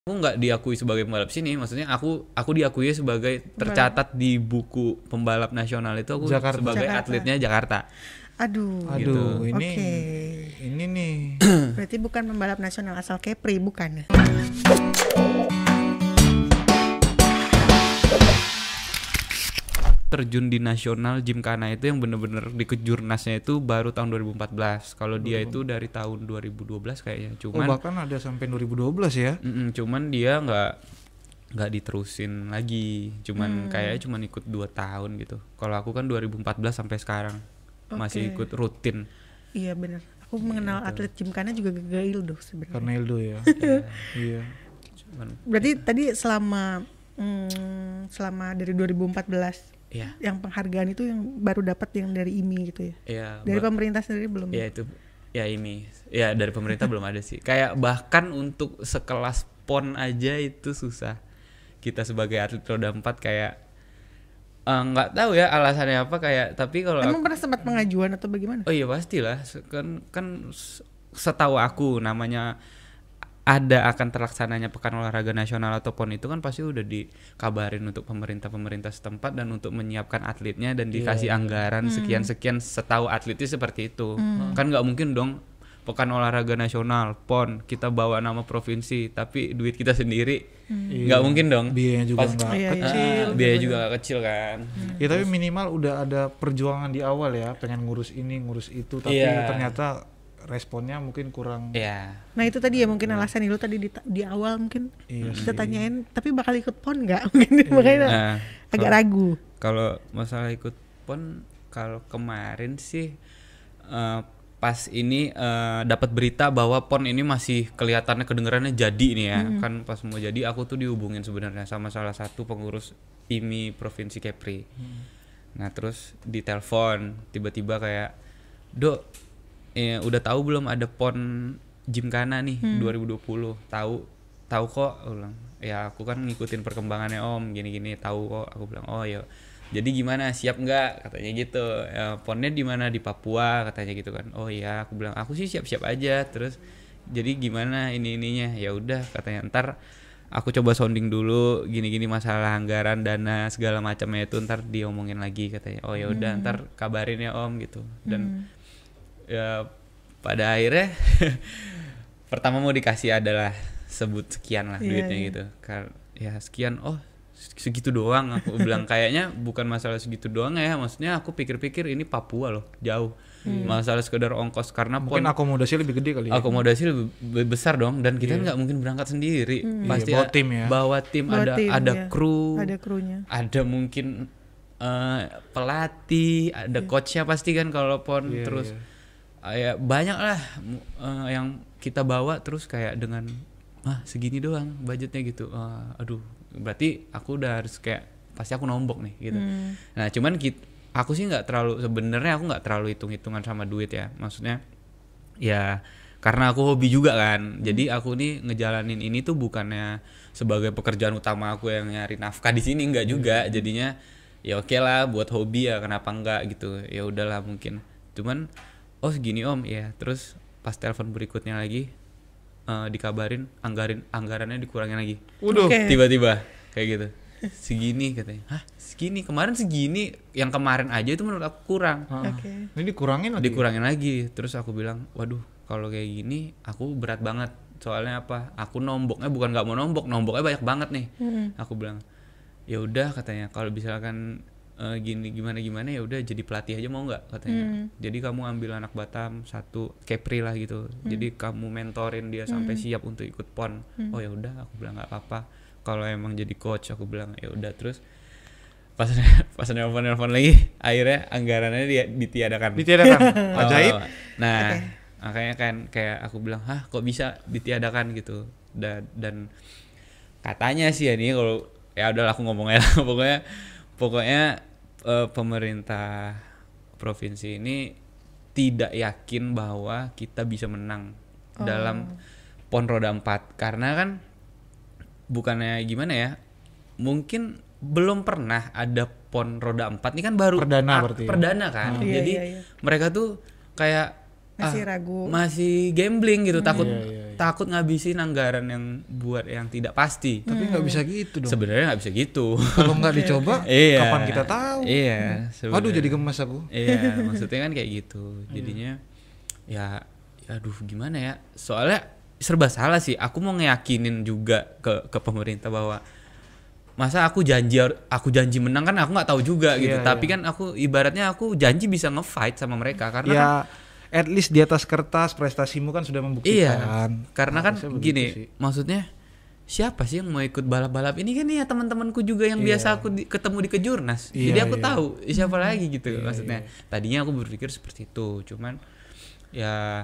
aku nggak diakui sebagai pembalap sini, maksudnya aku diakui sebagai tercatat di buku pembalap nasional itu aku sebagai atletnya Jakarta. Aduh, gitu. Ini okay. Ini nih. Berarti bukan pembalap nasional asal Kepri, bukan? Terjun di nasional Gymkhana itu yang bener-bener di kejurnasnya itu baru tahun 2014. Kalau dia itu dari tahun 2012 kayaknya. Cuman bahkan ada sampai 2012 ya. Cuman dia nggak diterusin lagi. Cuman kayaknya cuman ikut 2 tahun gitu. Kalau aku kan 2014 sampai sekarang masih ikut rutin. Iya benar. Aku mengenal atlet Gymkhana juga gara-gara Ildo sebenarnya. Karena Ildo ya. Iya. Berarti tadi selama dari 2014 ya. Yang penghargaan itu yang baru dapat yang dari IMI gitu ya? Iya. Dari pemerintah sendiri belum? Iya itu. Ya IMI. Ya dari pemerintah belum ada sih. Kayak bahkan untuk sekelas PON aja itu susah. Kita sebagai atlet roda 4 kayak nggak tahu ya alasannya apa kayak, tapi kalau emang pernah sempat pengajuan atau bagaimana? Oh iya pastilah, kan setahu aku namanya ada akan terlaksananya Pekan Olahraga Nasional atau PON itu kan pasti udah dikabarin untuk pemerintah setempat dan untuk menyiapkan atletnya dan dikasih anggaran sekian setahu atletnya seperti itu. Kan nggak mungkin dong Pekan Olahraga Nasional PON kita bawa nama provinsi tapi duit kita sendiri nggak mungkin dong. Biayanya juga nggak kecil. Biaya juga nggak kecil kan. Ya tapi minimal udah ada perjuangan di awal ya, pengen ngurus ini ngurus itu, tapi ternyata responnya mungkin kurang. Iya. Nah itu tadi ya mungkin alasan itu tadi di awal mungkin kita tanyain tapi bakal ikut PON nggak mungkin makanya agak ragu. Kalau masalah ikut PON, kalau kemarin sih pas ini dapat berita bahwa PON ini masih kelihatannya kedengarannya jadi nih ya. Kan pas mau jadi aku tuh dihubungin sebenarnya sama salah satu pengurus IMI Provinsi Kepri. Nah terus ditelepon tiba-tiba kayak, "Dok, udah tahu belum ada PON Gymkhana nih 2020?" Tahu kok, aku bilang. Ya aku kan ngikutin perkembangannya Om, gini-gini, tahu kok. Aku bilang, "Oh ya. Jadi gimana, siap nggak?" Katanya gitu. Ya, PON-nya di mana? Di Papua katanya gitu kan. Oh iya, aku bilang aku sih siap-siap aja. Terus jadi gimana ininya? Ya udah katanya ntar aku coba sounding dulu gini-gini masalah anggaran dana segala macamnya itu ntar diomongin lagi katanya. Oh ya udah ntar kabarin ya Om gitu. Dan ya pada akhirnya pertama mau dikasih adalah sebut sekian lah duitnya gitu. Ya sekian, oh segitu doang. Aku bilang kayaknya bukan masalah segitu doang ya, maksudnya aku pikir-pikir ini Papua loh, jauh. Masalah sekedar ongkos karena mungkin akomodasi lebih gede kali ya. Akomodasi lebih besar dong, dan kita nggak mungkin berangkat sendiri. Pasti bawa tim ya. Ada kru, ada krunya. Ada mungkin pelatih, ada coachnya pasti kan kalau PON. Terus ya banyak lah yang kita bawa, terus kayak dengan segini doang budgetnya gitu. Aduh, berarti aku udah harus kayak pasti aku nombok nih gitu. Nah cuman aku sih nggak terlalu hitung-hitungan sama duit ya, maksudnya ya karena aku hobi juga kan. Jadi aku nih ngejalanin ini tuh bukannya sebagai pekerjaan utama aku yang nyari nafkah di sini, nggak juga. Jadinya ya oke lah buat hobi ya, kenapa enggak gitu. Ya udahlah mungkin. Cuman segini Om ya. Terus pas telepon berikutnya lagi dikabarin anggarannya dikurangin lagi. Tiba-tiba kayak gitu. Segini katanya. Hah, segini? Kemarin segini. Yang kemarin aja itu menurut aku kurang. Ini dikurangin lagi. Terus aku bilang, waduh, kalau kayak gini aku berat banget. Soalnya apa? Aku nomboknya bukan nggak mau nomboknya banyak banget nih. Aku bilang, ya udah katanya, kalau misalkan gini gimana ya udah jadi pelatih aja mau nggak katanya. Jadi kamu ambil anak Batam satu Kepri lah gitu. Jadi kamu mentorin dia sampai siap untuk ikut PON. Oh ya udah, aku bilang nggak apa-apa. Kalau emang jadi coach, aku bilang ya udah. Terus pas nelfon lagi, akhirnya anggarannya dia ditiadakan. Ajaib. Nah makanya kan kayak aku bilang, hah kok bisa ditiadakan gitu. Dan katanya sih ya nih, kalau ya udahlah aku ngomong aja lah. Pokoknya pemerintah provinsi ini tidak yakin bahwa kita bisa menang dalam PON roda 4, karena kan bukannya gimana ya, mungkin belum pernah ada PON roda 4 ini kan baru perdana berarti perdana kan. Jadi mereka tuh kayak masih ragu, masih gambling gitu, takut ngabisin anggaran yang buat yang tidak pasti. Tapi nggak bisa gitu dong. Sebenarnya nggak bisa gitu. Kalau nggak dicoba, kapan kita tahu? Iya. Aduh jadi gemes aku. Iya, maksudnya kan kayak gitu. Jadinya ya aduh gimana ya? Soalnya serba salah sih. Aku mau ngeyakinin juga ke pemerintah bahwa masa aku janji menang kan aku nggak tahu juga gitu. Tapi kan aku ibaratnya aku janji bisa nge-fight sama mereka karena ya at least di atas kertas prestasimu kan sudah membuktikan. Iya. Karena kan gini, maksudnya siapa sih yang mau ikut balap-balap ini kan ya teman-temanku juga yang biasa aku ketemu di Kejurnas. Jadi aku tahu siapa lagi gitu maksudnya. Tadinya aku berpikir seperti itu, cuman ya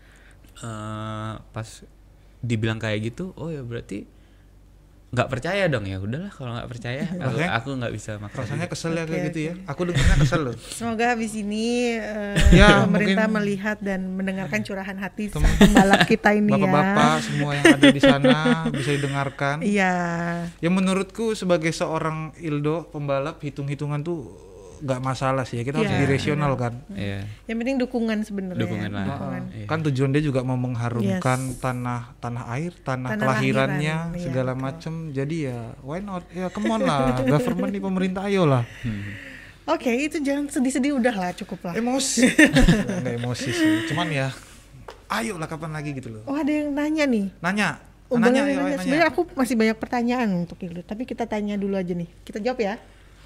pas dibilang kayak gitu, oh ya berarti nggak percaya dong. Ya udahlah kalau nggak percaya aku nggak bisa maksa. Rasanya kesel ya kayak gitu ya. Aku dengarnya kesel loh. Semoga habis ini pemerintah melihat dan mendengarkan curahan hati pembalap kita ini Bapak-bapak semua yang ada di sana bisa didengarkan. Iya. Ya menurutku sebagai seorang Ildo pembalap hitung-hitungan tuh nggak masalah sih ya, kita harus dirasional kan. Iya. Yang penting dukungan sebenarnya. Dukungan lah. Kan tujuan dia juga mau mengharumkan tanah air, tanah kelahirannya segala macam. Jadi ya why not? Ya come on lah, government nih pemerintah ayolah. Oke, itu jangan sedih-sedih, udahlah cukup lah. Emosi. Nggak emosi sih. Cuman ya ayolah kapan lagi gitu loh. Oh, ada yang nanya nih. Nanya. Nanya. Sebenarnya aku masih banyak pertanyaan untuk Ildo, tapi kita tanya dulu aja nih. Kita jawab ya.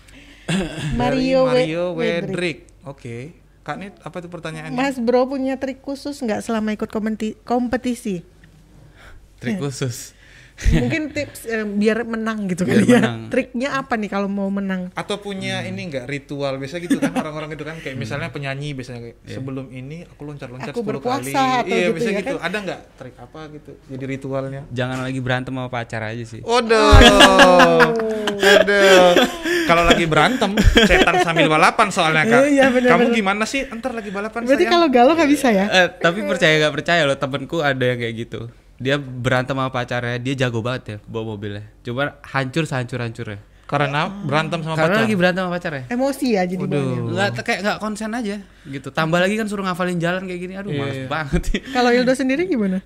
Mario Wedrick. Oke. Kak Nit, apa itu pertanyaannya? Mas Bro punya trik khusus nggak selama ikut kompetisi? Trik khusus. Mungkin tips biar menang gitu kan ya. Triknya apa nih kalau mau menang? Atau punya ini enggak ritual biasa gitu kan orang-orang itu kan kayak misalnya penyanyi biasanya kayak sebelum ini aku loncat-loncat 10 kali. Iya, bisa gitu. Kan? Ada enggak trik apa gitu jadi ritualnya? Jangan lagi berantem sama pacar aja sih. Aduh. Kalau lagi berantem, setan sambil balapan soalnya Kak. Kamu gimana sih? Entar lagi balapan berarti sayang. Kalau galau nggak bisa ya? Tapi percaya nggak percaya loh, temenku ada yang kayak gitu. Dia berantem sama pacarnya, dia jago banget ya bawa mobilnya. Cuma hancur sehancur-hancurnya. Karena berantem sama pacar. Karena lagi berantem sama pacarnya. Emosi ya jadi banyak. Kayak nggak konsen aja gitu. Tambah lagi kan suruh ngafalin jalan kayak gini. Aduh males banget. Kalau Ildo sendiri gimana?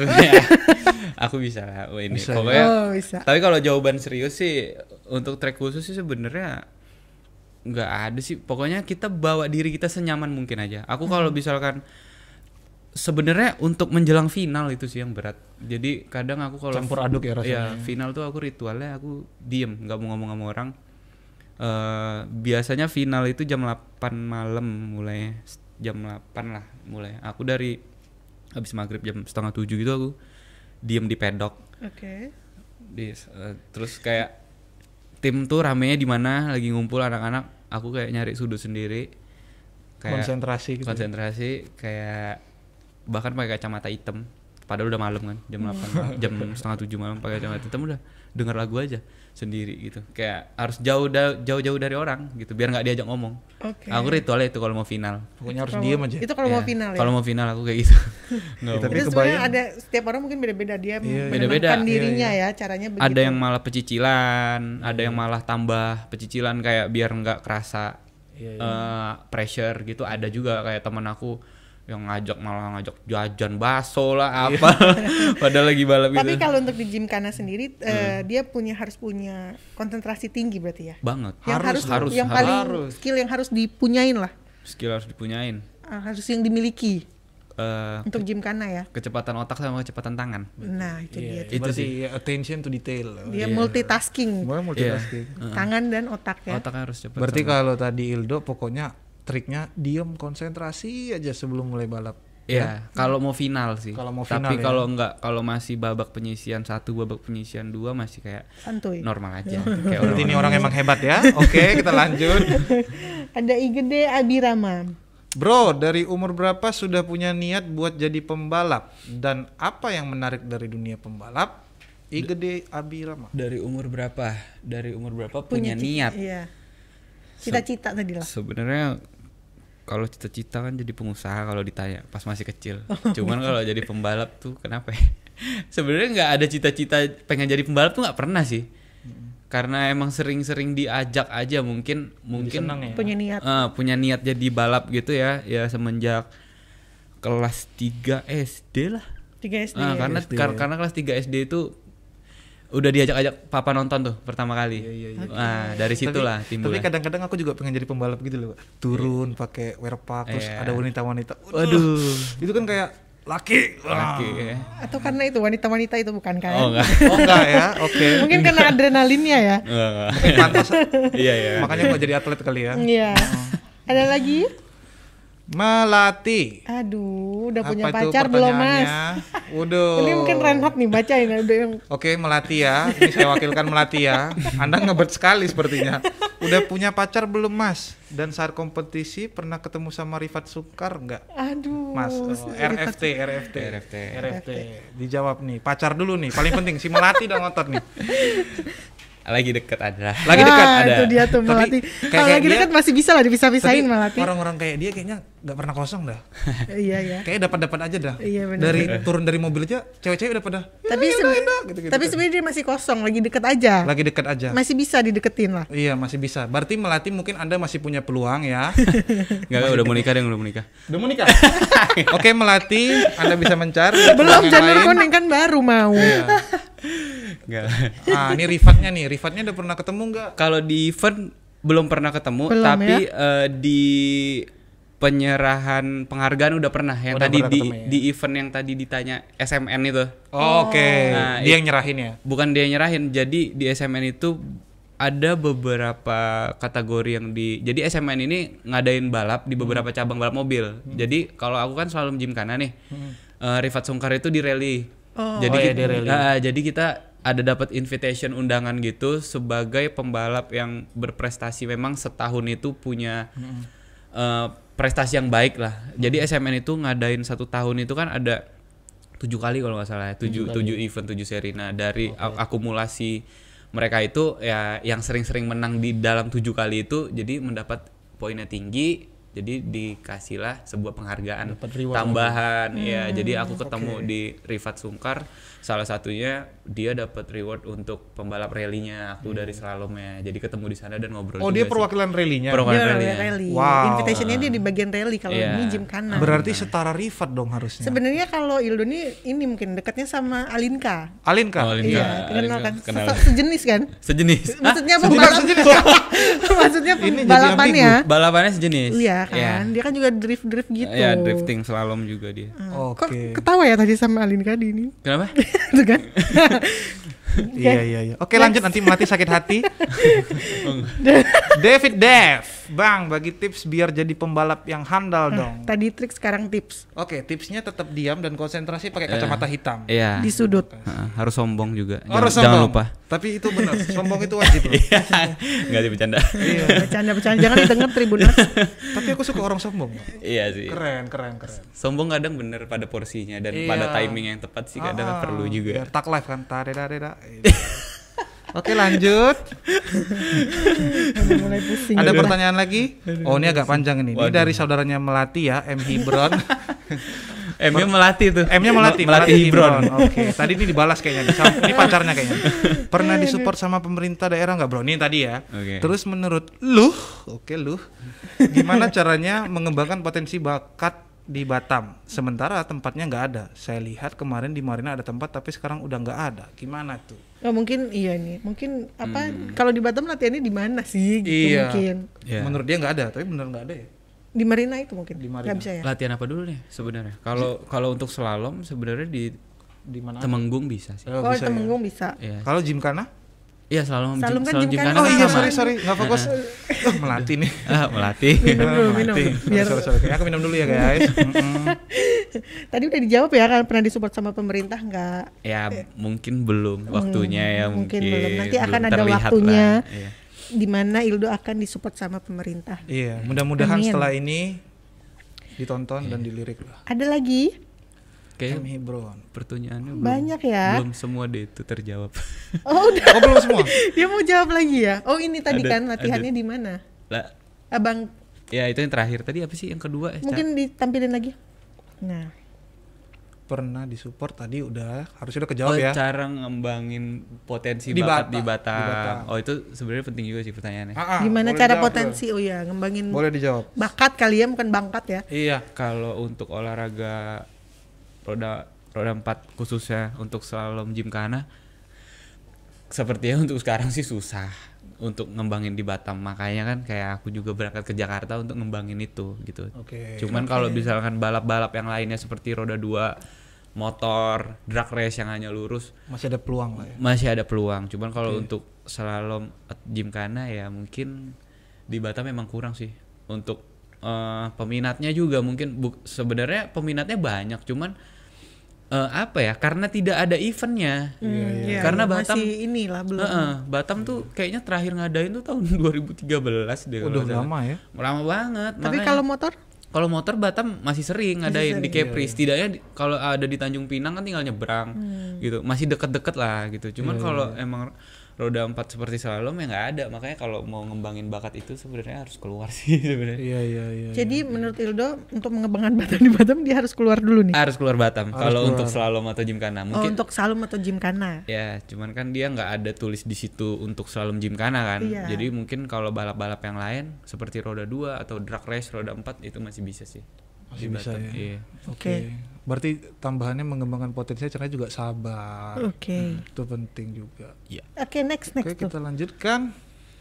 Aku bisa lah ini. Bisa. Pokoknya. Bisa. Tapi kalau jawaban serius sih untuk track khusus sih sebenarnya nggak ada sih. Pokoknya kita bawa diri kita senyaman mungkin aja. Aku kalau misalkan sebenarnya untuk menjelang final itu sih yang berat. Jadi kadang aku kalau campur aduk ya rasanya. Ya, final tuh aku ritualnya aku diem, nggak mau ngomong sama orang. Biasanya final itu jam 8 malam mulai, jam 8 lah mulai. Aku dari habis maghrib jam 6:30 gitu aku diem di pedok. Oke. Terus kayak tim tuh ramenya di mana lagi ngumpul anak-anak, aku kayak nyari sudut sendiri. Kayak konsentrasi gitu. Konsentrasi kayak bahkan pakai kacamata hitam, padahal udah malam kan jam 8 jam 6:30 malam pakai kacamata hitam udah denger lagu aja sendiri gitu, kayak harus jauh dari orang gitu biar nggak diajak ngomong. Aku ritualnya itu kalau mau final pokoknya harus diem aja itu kalau mau final ya. Kalau mau final aku kayak gitu. Tapi sebenarnya ada setiap orang mungkin beda-beda dia menenangkan dirinya ya caranya begitu. Ada yang malah pecicilan, ada yang malah tambah pecicilan kayak biar nggak kerasa pressure gitu. Ada juga kayak teman aku yang malah ngajak jajan bakso lah apa padahal lagi balap gitu. Tapi kalau untuk di Gymkhana sendiri dia harus punya konsentrasi tinggi berarti ya. Banget. Harus yang paling skill yang harus dipunyain lah. Skill harus dipunyain. Harus yang dimiliki. Untuk Gymkhana ya. Kecepatan otak sama kecepatan tangan. Nah, itu dia. Itu sih attention to detail. Dia multitasking. Tangan dan otak ya. Otak harus cepat. Berarti kalau tadi Ildo pokoknya triknya diem konsentrasi aja sebelum mulai balap. Iya, kalau mau final sih. Tapi kalau enggak, kalau masih babak penyisian 1, babak penyisian 2 masih kayak santuy. Normal aja. Kayak berarti ini orang emang hebat ya. Oke, kita lanjut. Ada Igede Abirama. Bro, dari umur berapa sudah punya niat buat jadi pembalap? Dan apa yang menarik dari dunia pembalap? Igede Abirama. Dari umur berapa? Punya niat? Iya. Cita-cita tadi lah. Sebenarnya kalau cita-cita kan jadi pengusaha kalau ditanya pas masih kecil. Cuman kalau jadi pembalap tuh kenapa ya? Sebenarnya nggak ada cita-cita pengen jadi pembalap tuh nggak pernah sih. Karena emang sering-sering diajak aja mungkin punya niat. Punya niat jadi balap gitu ya. Ya semenjak kelas 3 SD lah. 3 SD. Karena kelas 3 SD itu udah diajak-ajak papa nonton tuh pertama kali. Iya. Nah, dari situlah timbul. Tapi kadang-kadang aku juga pengen jadi pembalap gitu loh, Pak. Turun pakai wear park terus ada wanita-wanita. Waduh. Itu kan kayak laki. Ya. Atau karena itu wanita-wanita itu bukan kan? Oh enggak ya. Oke. Mungkin karena adrenalinnya ya. Enggak. Pantas. Iya. Makanya mau jadi atlet kali ya. Iya. Ada lagi? Melati. Aduh, udah punya Apa itu pacar belum, Mas? Waduh. Ini mungkin Renhat nih bacain udah yang Oke, Melati ya. Ini saya wakilkan Melati ya. Anda ngebet sekali sepertinya. Udah punya pacar belum, Mas? Dan saat kompetisi pernah ketemu sama Rifat Sungkar enggak? aduh. Mas, RFT. Dijawab nih. Pacar dulu nih. Paling penting si Melati udah ngotot nih. Lagi deket ada. Lagi dekat ada. Itu dia tuh Tapi Melati. kayak Kalau lagi dia- dekat masih bisa lah dipisah-pisahin Tapi Melati. orang-orang kayak dia kayaknya nggak pernah kosong dah. Iya. Kayak dapat aja dah. Iya, benar. Dari turun dari mobil aja, cewek-cewek udah pada. Tapi tapi sebenarnya dia masih kosong, lagi deket aja. Lagi dekat aja. Masih bisa dideketin lah. Iya masih bisa. Berarti Melati mungkin Anda masih punya peluang ya. Enggak, udah mau nikah. Udah mau nikah. Oke Melati, Anda bisa mencari. Belum peluang yang Janur lain. Kuning kan baru mau. Iya. Enggak. Ini Rifatnya nih. Rifatnya udah pernah ketemu nggak? Kalau di event belum pernah ketemu, Belum, tapi di penyerahan penghargaan udah pernah yang Udah tadi pernah ketemu ya? di event yang tadi ditanya SMN itu. Oke. Nah, Dia yang nyerahin ya. Bukan dia yang nyerahin. Jadi di SMN itu ada beberapa kategori yang jadi SMN ini ngadain balap di beberapa cabang balap mobil. Jadi kalau aku kan selalu gymkhana nih. Rifat Sungkar itu di rally. Jadi di rally. jadi kita ada dapat invitation undangan gitu sebagai pembalap yang berprestasi, memang setahun itu punya prestasi yang baik lah. Jadi SMN itu ngadain 1 tahun itu kan ada 7 kali kalau nggak salah ya, 7 event 7 seri. Nah dari akumulasi mereka itu ya yang sering-sering menang di dalam 7 kali itu jadi mendapat poinnya tinggi, jadi dikasihlah sebuah penghargaan tambahan. Ya jadi aku ketemu di Rifat Sungkar, salah satunya dia dapat reward untuk pembalap rallynya, aku dari slalomnya. Jadi ketemu di sana dan ngobrol. Oh juga dia sih. perwakilan rallynya. Perwakilan Dia rallynya. rally. Wow. Invitationnya dia di bagian rally, kalau Iya. ini gymkhana. Berarti setara Rifat dong harusnya. Sebenarnya kalau Ildo ini mungkin dekatnya sama Alinka. Alinka. Oh, Alinka. Iya, kenal kan? Kenal. Sejenis kan? Sejenis. Maksudnya pembalap. Maksudnya Ini jadi balapannya. Balapannya sejenis. Iya kan? Dia kan juga drift gitu. Ya drifting slalom juga dia. Kok Oke. ketawa ya tadi sama Alinka di ini? Kenapa? Itu kan? Iya. Oke lanjut, nanti Melati sakit hati. David Bang, bagi tips biar jadi pembalap yang handal dong. Tadi trik, sekarang tips. Oke, tipsnya tetap diam dan konsentrasi pakai kacamata hitam. Iya. Di sudut. Harus sombong juga. Harus Jangan sombong. lupa. Tapi itu benar, sombong itu wajib loh. Enggak sih bercanda. Iya. Bercanda, jangan didengar Tribuners. Tapi aku suka orang sombong. Iya sih. Keren. Sombong kadang bener pada porsinya dan Iya. pada timing yang tepat sih kadang perlu juga. Biar tak live kan. Tadeda. Oke lanjut. Udah mulai pusing. Ada pertanyaan lagi? Oh ini agak panjang ini. Ini Waduh. dari saudaranya Melati ya, M Hibron. M-nya melatih tuh. M-nya Melati Hibron. Oke, tadi ini dibalas kayaknya. Ini pacarnya kayaknya. Pernah disupport sama pemerintah daerah nggak bro? Ini tadi ya. Oke. Terus menurut lu, gimana caranya mengembangkan potensi bakat di Batam? Sementara tempatnya nggak ada. Saya lihat kemarin di Marina ada tempat, tapi sekarang udah nggak ada. Gimana tuh? Oh, mungkin iya nih. Mungkin apa? Kalau di Batam latihannya di mana sih? Gitu Iya. mungkin. Iya. Menurut dia nggak ada, tapi bener nggak ada ya. Di Marina itu mungkin. Di Marina. Nggak bisa ya? Latihan apa dulu nih sebenarnya? Kalau untuk slalom sebenarnya di Di mana? Temenggung bisa sih. Oh, bisa ya. Temenggung bisa. Iya. Kalau Gymkhana? Iya slalom Slalom kan slalom gymkhana. gymkhana Oh kan iya, sama. sorry, nggak fokus. Melatih nih. Melatih. Minum dulu, minum. Melatih. Biar Sorry. Oke, aku minum dulu ya guys. tadi udah dijawab ya, kan pernah disupport sama pemerintah nggak? Ya mungkin belum waktunya ya mungkin mungkin. belum. Nanti Belum akan ada terlihat waktunya. lah. Iya. Di mana Ildo akan disupport sama pemerintah. Iya, mudah-mudahan Amin. setelah ini ditonton dan dilirik lah. Ada lagi? Kayak M Hibron. pertanyaannya Banyak ya. belum semua deh itu terjawab. Oh, udah. Oh belum semua. Dia mau jawab lagi ya? Oh, ini tadi Ada- kan latihannya di mana? Lah, Abang, ya itu yang terakhir tadi apa sih yang kedua? mungkin ditampilin lagi. Nah, pernah disupport tadi harusnya udah kejawab ya. Cara ngembangin potensi Di bakat Batam. di Batam. Di Batam. Oh itu sebenarnya penting juga sih pertanyaannya. Gimana boleh cara dijawab, potensi? Oh ya, ngembangin Boleh dijawab. bakat kali ya, bukan bangkat ya. Iya. Kalau untuk olahraga roda 4 khususnya untuk slalom gymkhana, sepertinya untuk sekarang sih susah untuk ngembangin di Batam. Makanya kan kayak aku juga berangkat ke Jakarta untuk ngembangin itu gitu. Oke. Cuman kalau misalkan balap-balap yang lainnya seperti roda 2, motor, drag race yang hanya lurus, Masih ada peluang lah ya. masih ada peluang. Cuman kalau untuk slalom gymkhana ya mungkin di Batam memang kurang sih. Untuk peminatnya juga mungkin sebenarnya peminatnya banyak, cuman apa ya? Karena tidak ada eventnya. Iya, Karena iya, Batam masih inilah belum. Batam tuh kayaknya terakhir ngadain tuh tahun 2013 deh. kalau Udah nggak salah. lama ya. Lama banget. Tapi makanya. kalau motor? Kalau motor Batam masih sering ngadain di Kepri. Iya. Setidaknya kalau ada di Tanjung Pinang kan tinggal nyebrang gitu. Masih deket-deket lah gitu. Cuman kalau emang roda 4 seperti slalom ya nggak ada. Makanya kalau mau ngembangin bakat itu sebenarnya harus keluar sih sebenarnya. Iya. Jadi menurut Ildo untuk mengembangkan bakat di Batam dia harus keluar dulu nih. Harus keluar Batam. Harus Kalau keluar. untuk slalom atau gymkhana Oh, mungkin untuk slalom atau gymkhana. ya, cuman kan dia nggak ada tulis di situ untuk slalom gymkhana kan. Iya. Jadi mungkin kalau balap-balap yang lain seperti roda 2 atau drag race roda 4 itu masih bisa sih. Masih Di bisa Batam, ya. Iya. Oke. Berarti tambahannya mengembangkan potensi caranya juga sabar. Oke. Itu penting juga. Oke, next Oke, tuh. kita lanjutkan.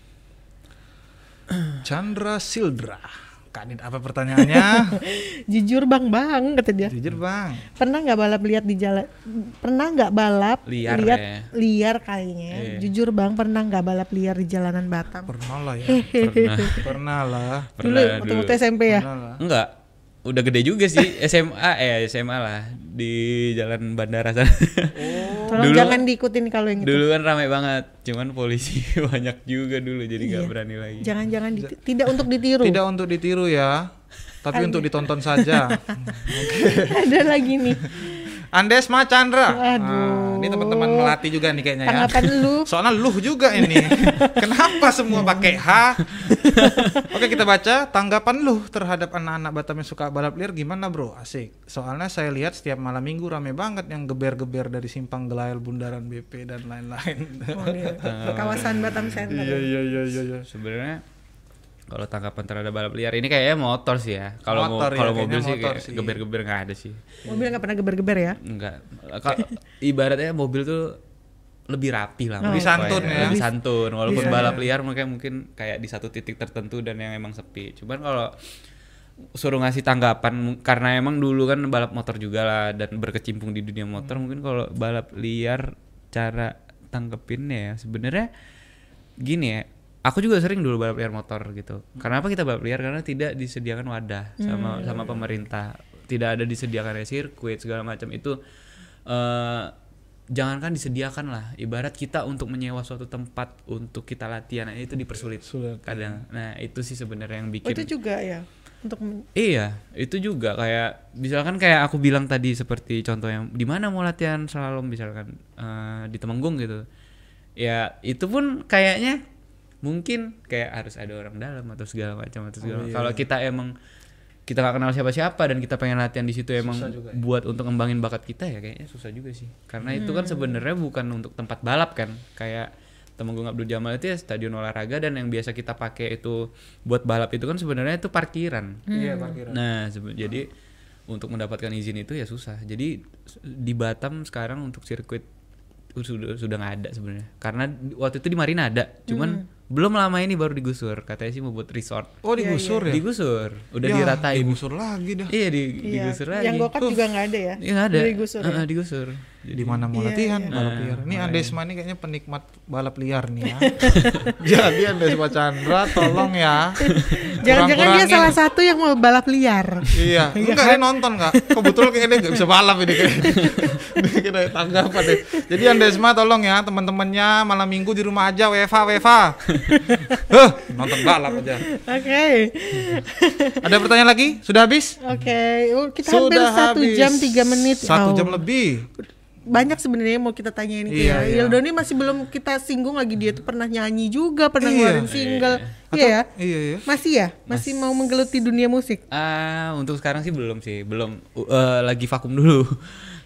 Chandra Sildra. Kanit apa pertanyaannya? Jujur bang kata dia. Jujur bang. Pernah nggak balap liar di jalan? Pernah nggak balap Liar lihat ya. liar kayaknya? Iya. Jujur bang, pernah nggak balap liar di jalanan Batam? Pernah lah ya. Pernah. Pernah lah. Dulu waktu SMP ya. Pernah lah. Enggak. Udah gede juga sih. SMA lah di jalan bandara sana. Tolong Dulu- jangan diikutin kalau yang itu. Dulu kan ramai banget. Cuman polisi banyak juga dulu jadi nggak Iya. berani lagi. Jangan-jangan tidak untuk ditiru. Tidak untuk ditiru ya. Tapi untuk ditonton saja. Ada lagi nih. Andesma Chandra. Aduh. Ini teman-teman melati juga nih kayaknya ya. Tanggapan lu? Soalnya luh juga ini. Kenapa semua pakai H? Oke, kita baca tanggapan lu terhadap anak-anak Batam yang suka balap liar gimana, Bro? Asik. Soalnya saya lihat setiap malam Minggu rame banget yang geber-geber dari Simpang Gelail, Bundaran BP dan lain-lain. Oh, di kawasan Batam Center. Iya. Sebenarnya kalau tanggapan terhadap balap liar ini kayaknya motor sih ya. Kalau Motor ya, kalau kayaknya mobil sih motor kayak sih. geber-geber nggak ada sih. Mobil nggak pernah geber-geber ya? Enggak. Ibaratnya mobil tuh lebih rapi lah. Lebih menurut santun saya. ya. Lebih santun. Walaupun Iya. balap liar mungkin kayak di satu titik tertentu dan yang emang sepi. Cuman kalau suruh ngasih tanggapan karena emang dulu kan balap motor juga lah dan berkecimpung di dunia motor, mungkin kalau balap liar cara tanggepinnya ya sebenarnya gini ya. Aku juga sering dulu balap liar motor gitu. Kenapa kita balap liar? Karena tidak disediakan wadah sama pemerintah. Tidak ada disediakan sirkuit segala macam itu. Jangankan disediakan lah. Ibarat kita untuk menyewa suatu tempat untuk kita latihan itu dipersulit kadang. Nah itu sih sebenarnya yang bikin. Oh, itu juga ya. Untuk Iya, itu juga kayak misalkan kayak aku bilang tadi seperti contoh yang di mana mau latihan slalom misalkan di Temenggung gitu. Ya itu pun kayaknya mungkin kayak harus ada orang dalam atau segala macam atau segala. iya. Kalau kita emang kita nggak kenal siapa-siapa dan kita pengen latihan di situ emang juga ya. buat untuk ngembangin bakat kita ya kayaknya susah juga sih. Karena itu kan sebenarnya bukan untuk tempat balap kan. Kayak Temenggung Abdul Jamal itu ya stadion olahraga dan yang biasa kita pakai itu buat balap itu kan sebenarnya itu parkiran. Iya, parkiran. Nah, jadi untuk mendapatkan izin itu ya susah. Jadi di Batam sekarang untuk sirkuit sudah nggak ada sebenarnya. Karena waktu itu di Marina ada, cuman belum lama ini baru digusur. Katanya sih mau buat resort. Oh, digusur ya? Digusur, udah Ya, diratain. digusur lagi dah. Iya, iya. digusur lagi. Yang go-kart juga nggak ada ya? Iya nggak ada. Digusur ya? Digusur. Di mana mau Iya, latihan iya. balap liar. Ini Andesma ini kayaknya penikmat balap liar nih ya. Jadi Andesma Chandra tolong ya. Jangan-jangan dia Kurang-kurangin. salah satu yang mau balap liar. Iya, enggak dia nonton Kak. Kebetulan kayaknya dia nggak bisa balap ini kayak. Ini kita tanggapan deh. Jadi Andesma tolong ya teman-temannya malam Minggu di rumah aja Weva. Nonton balap aja. Oke. Ada pertanyaan lagi? Sudah habis? Oke. Oh, kita hampir 1 jam 3 menit. 1 jam Oh. lebih. Banyak sebenarnya yang mau kita tanyain ke Iya, iya. Ildo ini masih belum kita singgung lagi, dia tuh pernah nyanyi juga, pernah Iya. ngeluarin single. Iya ya? Iya ya. Masih ya? Masih mau menggeluti dunia musik? Untuk sekarang sih belum. Lagi vakum dulu.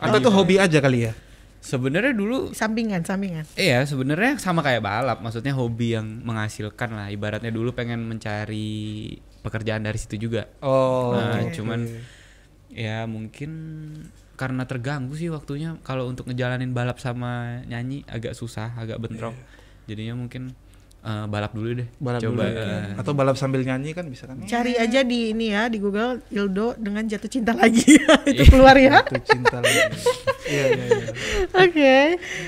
Atau tuh hobi aja kali ya? Sebenarnya dulu Sampingan. iya sebenarnya sama kayak balap, maksudnya hobi yang menghasilkan lah. Ibaratnya dulu pengen mencari pekerjaan dari situ juga. Cuman ya mungkin karena terganggu sih waktunya kalau untuk ngejalanin balap sama nyanyi agak susah, agak bentrok. Jadinya mungkin balap dulu deh. Coba atau balap sambil nyanyi kan bisa kan? Cari aja di ini ya, di Google Ildo dengan jatuh cinta lagi. Itu keluar ya. Jatuh cinta lagi. Iya. Oke.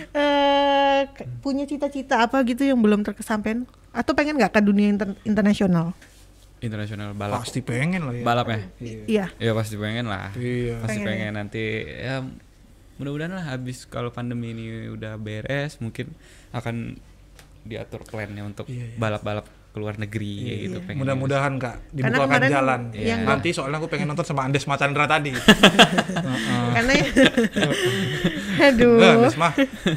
Punya cita-cita apa gitu yang belum terkesampaian? Atau pengen nggak ke dunia internasional? Internasional balap. Pasti pengen lah ya. Balap ya? Iya. Iya pasti pengen lah. Iya. Pasti pengen nanti ya mudah-mudahan lah habis kalau pandemi ini udah beres mungkin akan diatur plannya untuk balap-balap ke luar negeri kayak gitu. Pengen Mudah-mudahan Kak dibukakan jalan. Nanti soalnya aku pengen nonton sama Andes Machandra tadi. Karena aduh. Andes mah.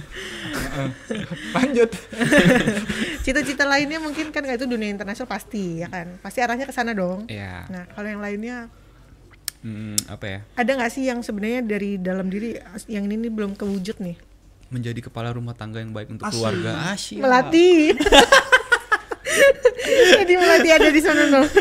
Lanjut. Cita-cita lainnya mungkin kan kayak itu dunia internasional pasti ya kan. Pasti arahnya ke sana dong. Iya. Nah, kalau yang lainnya apa ya? ada nggak sih yang sebenarnya dari dalam diri yang ini belum kewujud nih? Menjadi kepala rumah tangga yang baik untuk keluarga. Asyik. Melatih. Jadi melatih ada di sana dong.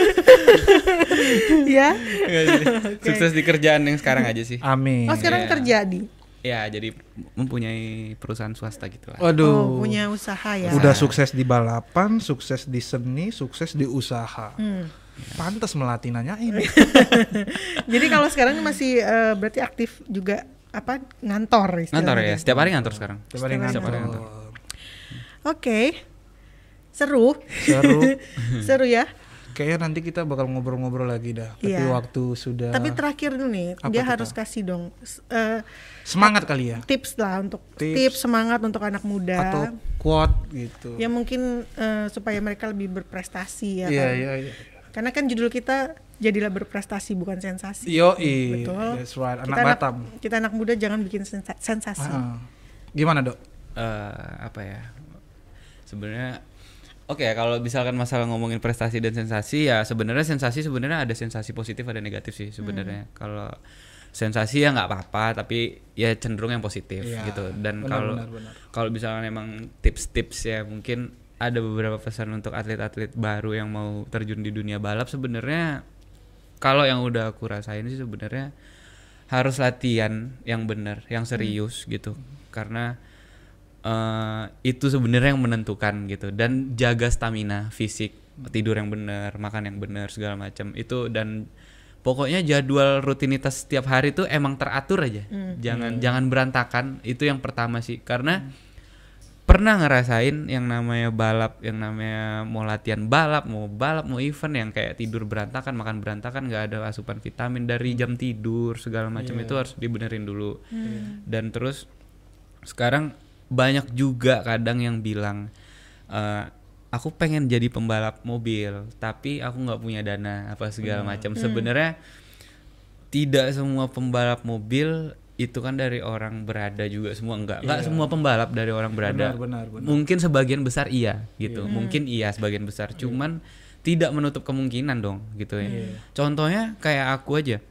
Ya. Sukses di kerjaan yang sekarang aja sih. Amin. Oh sekarang kerja di? Ya jadi mempunyai perusahaan swasta gitu lah. Waduh. Punya usaha ya. Udah sukses di balapan, sukses di seni, sukses di usaha. Pantes Melati nanyain. Jadi kalau sekarang masih berarti aktif juga apa ngantor istilahnya. Ngantor ya, setiap hari ngantor sekarang. Setiap hari ngantor. Oke. Seru ya. Kayaknya nanti kita bakal ngobrol-ngobrol lagi dah. Tapi waktu sudah. Tapi terakhir dulu nih, dia harus kasih dong semangat kali ya. Tips lah untuk tips semangat untuk anak muda. Atau quote gitu. Ya mungkin supaya mereka lebih berprestasi ya kan. Iya. Karena kan judul kita jadilah berprestasi bukan sensasi. Yoi. Betul. That's right. Anak Batam. Kita anak muda jangan bikin sensasi. Gimana, Dok? Apa ya? Sebenarnya oke, kalau misalkan masalah ngomongin prestasi dan sensasi ya sebenarnya sensasi sebenarnya ada sensasi positif ada negatif sih sebenarnya. Kalau sensasi ya nggak apa-apa tapi ya cenderung yang positif gitu. Dan kalau misalkan emang tips-tips ya mungkin ada beberapa pesan untuk atlet-atlet baru yang mau terjun di dunia balap. Sebenarnya kalau yang udah aku rasain sih sebenarnya harus latihan yang benar, yang serius gitu. Karena itu sebenarnya yang menentukan gitu, dan jaga stamina fisik, tidur yang benar, makan yang benar segala macam itu, dan pokoknya jadwal rutinitas setiap hari tuh emang teratur aja. Jangan berantakan, itu yang pertama sih. Karena pernah ngerasain yang namanya balap, yang namanya mau latihan balap, mau event yang kayak tidur berantakan, makan berantakan, nggak ada asupan vitamin dari jam tidur segala macam itu harus dibenerin dulu. Dan terus sekarang banyak juga kadang yang bilang aku pengen jadi pembalap mobil tapi aku nggak punya dana apa segala macam. Sebenarnya tidak semua pembalap mobil itu kan dari orang berada juga semua, enggak semua pembalap dari orang berada. Benar. Mungkin sebagian besar iya gitu, mungkin iya sebagian besar, cuman tidak menutup kemungkinan dong gitu ya. Contohnya kayak aku aja,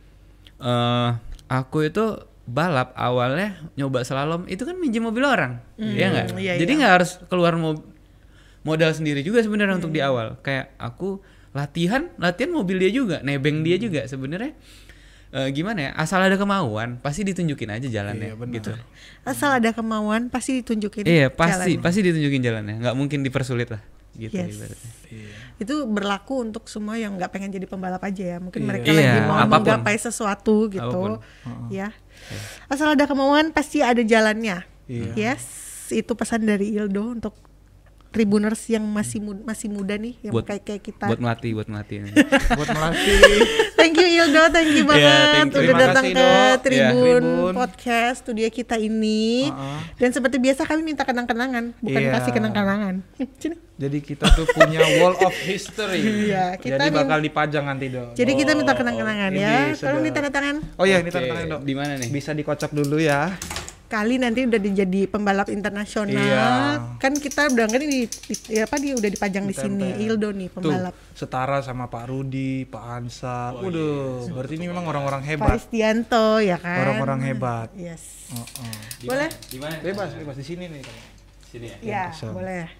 aku itu balap awalnya nyoba slalom itu kan minjem mobil orang, ya nggak? Jadi nggak harus keluar modal sendiri juga sebenarnya untuk di awal. Kayak aku latihan mobil dia juga, nebeng dia juga sebenarnya. Gimana ya? Asal ada kemauan pasti ditunjukin aja jalannya, gitu. Asal ada kemauan pasti ditunjukin. Iya pasti ditunjukin jalannya, nggak mungkin dipersulit lah. Gitu ibaratnya. Itu berlaku untuk semua yang nggak pengen jadi pembalap aja ya. Mungkin mereka lagi mau menggapai sesuatu gitu, ya. Asal ada kemauan pasti ada jalannya. Yes, itu pesan dari Ildo untuk Tribuners yang masih muda nih, yang kayak kita. Buat melatih. Buat melatih. Thank you Ildo, thank you banget udah datang ke Tribun Podcast studio kita ini. Dan seperti biasa kami minta kenang-kenangan, bukan kasih kenang-kenangan. Jadi kita tuh punya wall of history. Kita jadi bakal dipajang nanti dong. Jadi kita minta kenang-kenangan ya. Tolong minta tangan. Oh iya, ini tanda tangan dong. Di mana nih? Bisa dikocok dulu ya. kali nanti udah jadi pembalap internasional. Iya. Kan kita udah kan dia udah dipajang di sini. Ildo nih pembalap. Tuh, setara sama Pak Rudi, Pak Ansa. Waduh, berarti ini memang orang-orang Pak hebat. Istianto ya kan. Orang-orang hebat. Yes. Boleh? Bebas di sini nih. Sini ya. Ya, bisa. boleh.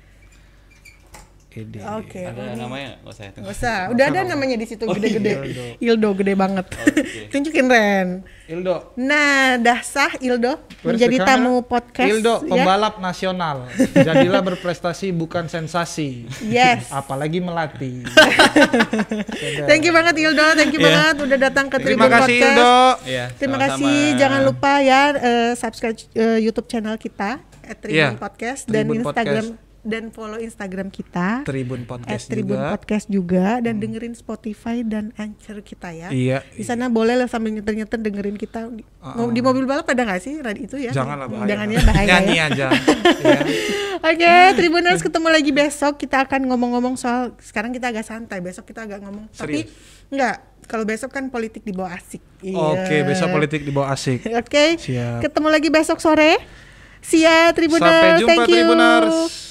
Oke. Ada namanya nggak usah. Nggak usah. Udah ada namanya di situ gede-gede. Ildo gede banget. Tunjukin Ren. Ildo. Nah, dah sah Ildo menjadi tamu podcast. Ildo pembalap nasional. Jadilah berprestasi bukan sensasi. Yes. Apalagi melatih. Thank you banget Ildo, thank you banget udah datang ke Tribun Terima kasih Podcast. Ildo. Terima kasih. Jangan lupa ya subscribe YouTube channel kita @Tribun Podcast dan Tribun Instagram Podcast. Dan follow Instagram kita Tribun Podcast Tribun juga. Podcast juga dan dengerin Spotify dan Anchor kita ya. Iya. Di sana boleh lah sambil nyetir-nyetir dengerin kita. Di mobil balap ada nggak sih radio itu ya? Janganlah bahaya. Jangan ya bahaya. Nyanyi ya. aja. Ya. Oke, Tribuners ketemu lagi besok. Kita akan ngomong-ngomong soal sekarang kita agak santai, besok kita agak ngomong. Serius? Tapi enggak, kalau besok kan politik dibawa asik. Oke, besok politik dibawa asik. Oke. Siap. Ketemu lagi besok sore. See ya Tribuners. Sampai jumpa Thank you. Tribuners.